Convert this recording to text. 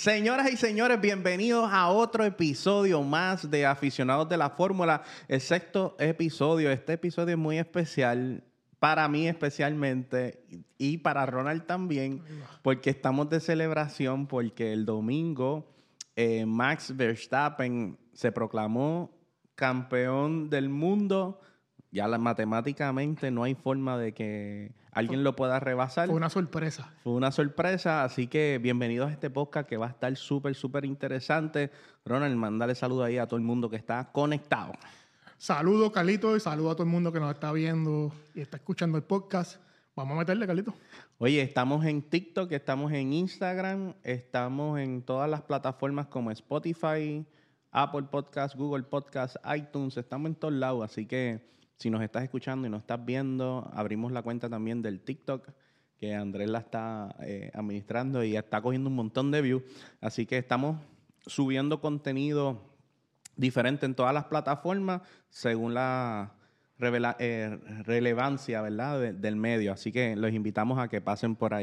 Señoras y señores, bienvenidos a otro episodio más de Aficionados de la Fórmula, el sexto episodio. Este episodio es muy especial, para mí especialmente, y para Ronald también, porque estamos de celebración, porque el domingo Max Verstappen se proclamó campeón del mundo. Ya matemáticamente no hay forma de que alguien lo pueda rebasar. Fue una sorpresa. Fue una sorpresa, así que bienvenidos a este podcast que va a estar súper interesante. Ronald, mándale saludos ahí a todo el mundo que está conectado. Saludos, Carlito, y saludos a todo el mundo que nos está viendo y está escuchando el podcast. Vamos a meterle, Carlito. Oye, estamos en TikTok, estamos en Instagram, estamos en todas las plataformas como Spotify, Apple Podcast, Google Podcast, iTunes, estamos en todos lados, así que si nos estás escuchando y nos estás viendo, abrimos la cuenta también del TikTok, que Andrés la está administrando y está cogiendo un montón de views. Así que estamos subiendo contenido diferente en todas las plataformas según la relevancia, ¿verdad?, del medio. Así que los invitamos a que pasen por ahí.